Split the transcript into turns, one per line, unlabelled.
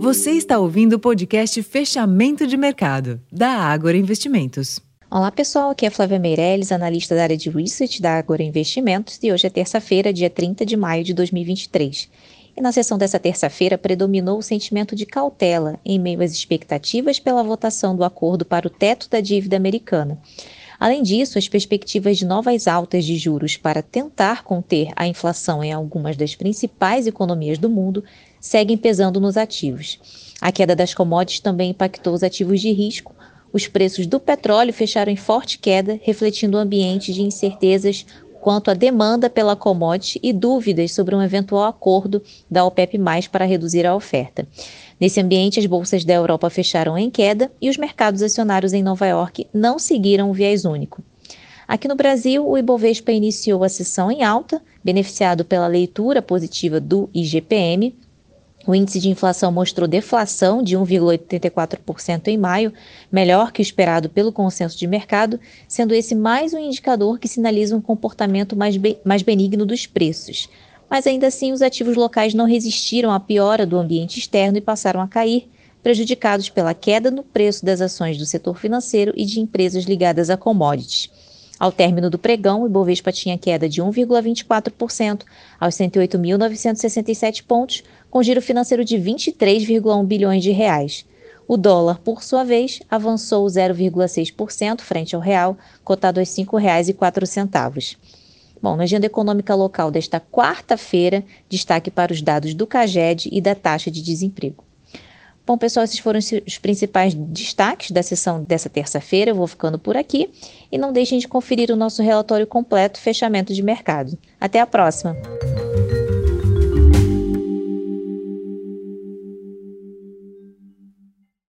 Você está ouvindo o podcast Fechamento de Mercado, da Ágora Investimentos.
Olá pessoal, aqui é Flávia Meirelles, analista da área de Research da Ágora Investimentos, e hoje é terça-feira, dia 30 de maio de 2023. E na sessão dessa terça-feira predominou o sentimento de cautela em meio às expectativas pela votação do acordo para o teto da dívida americana. Além disso, as perspectivas de novas altas de juros para tentar conter a inflação em algumas das principais economias do mundo seguem pesando nos ativos. A queda das commodities também impactou os ativos de risco. Os preços do petróleo fecharam em forte queda, refletindo o ambiente de incertezas quanto à demanda pela commodity e dúvidas sobre um eventual acordo da OPEP+, para reduzir a oferta. Nesse ambiente, as bolsas da Europa fecharam em queda e os mercados acionários em Nova York não seguiram o viés único. Aqui no Brasil, o Ibovespa iniciou a sessão em alta, beneficiado pela leitura positiva do IGPM. O índice de inflação mostrou deflação de 1,84% em maio, melhor que o esperado pelo consenso de mercado, sendo esse mais um indicador que sinaliza um comportamento mais benigno dos preços. Mas ainda assim, os ativos locais não resistiram à piora do ambiente externo e passaram a cair, prejudicados pela queda no preço das ações do setor financeiro e de empresas ligadas a commodities. Ao término do pregão, o Ibovespa tinha queda de 1,24% aos 108.967 pontos, com giro financeiro de 23,1 bilhões de reais. O dólar, por sua vez, avançou 0,6% frente ao real, cotado aos R$ 5,04. Bom, na agenda econômica local desta quarta-feira, destaque para os dados do CAGED e da taxa de desemprego. Bom, pessoal, esses foram os principais destaques da sessão dessa terça-feira. Eu vou ficando por aqui e não deixem de conferir o nosso relatório completo Fechamento de Mercado. Até a próxima!